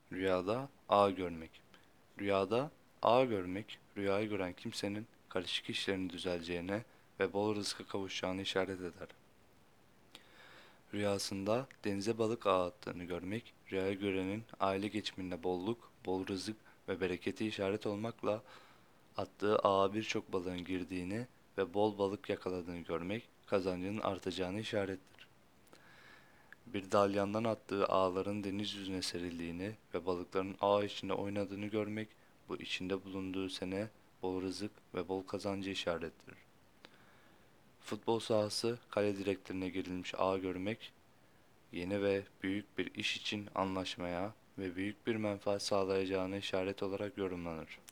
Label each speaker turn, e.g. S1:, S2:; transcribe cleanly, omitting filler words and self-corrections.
S1: Rüyada ağ görmek. Rüyada ağ görmek, rüyayı gören kimsenin karışık işlerin düzeleceğine ve bol rızka kavuşacağını işaret eder. Rüyasında denize balık ağı attığını görmek, rüyayı görenin aile geçiminde bolluk, bol rızık ve bereketi işaret olmakla attığı ağa birçok balığın girdiğini ve bol balık yakaladığını görmek, kazancının artacağını işarettir. Bir dalyandan attığı ağların deniz yüzüne serildiğini ve balıkların ağ içinde oynadığını görmek, bu içinde bulunduğu sene bol rızık ve bol kazancı işarettir. Futbol sahası kale direklerine girilmiş ağ görmek, yeni ve büyük bir iş için anlaşmaya ve büyük bir menfaat sağlayacağına işaret olarak yorumlanır.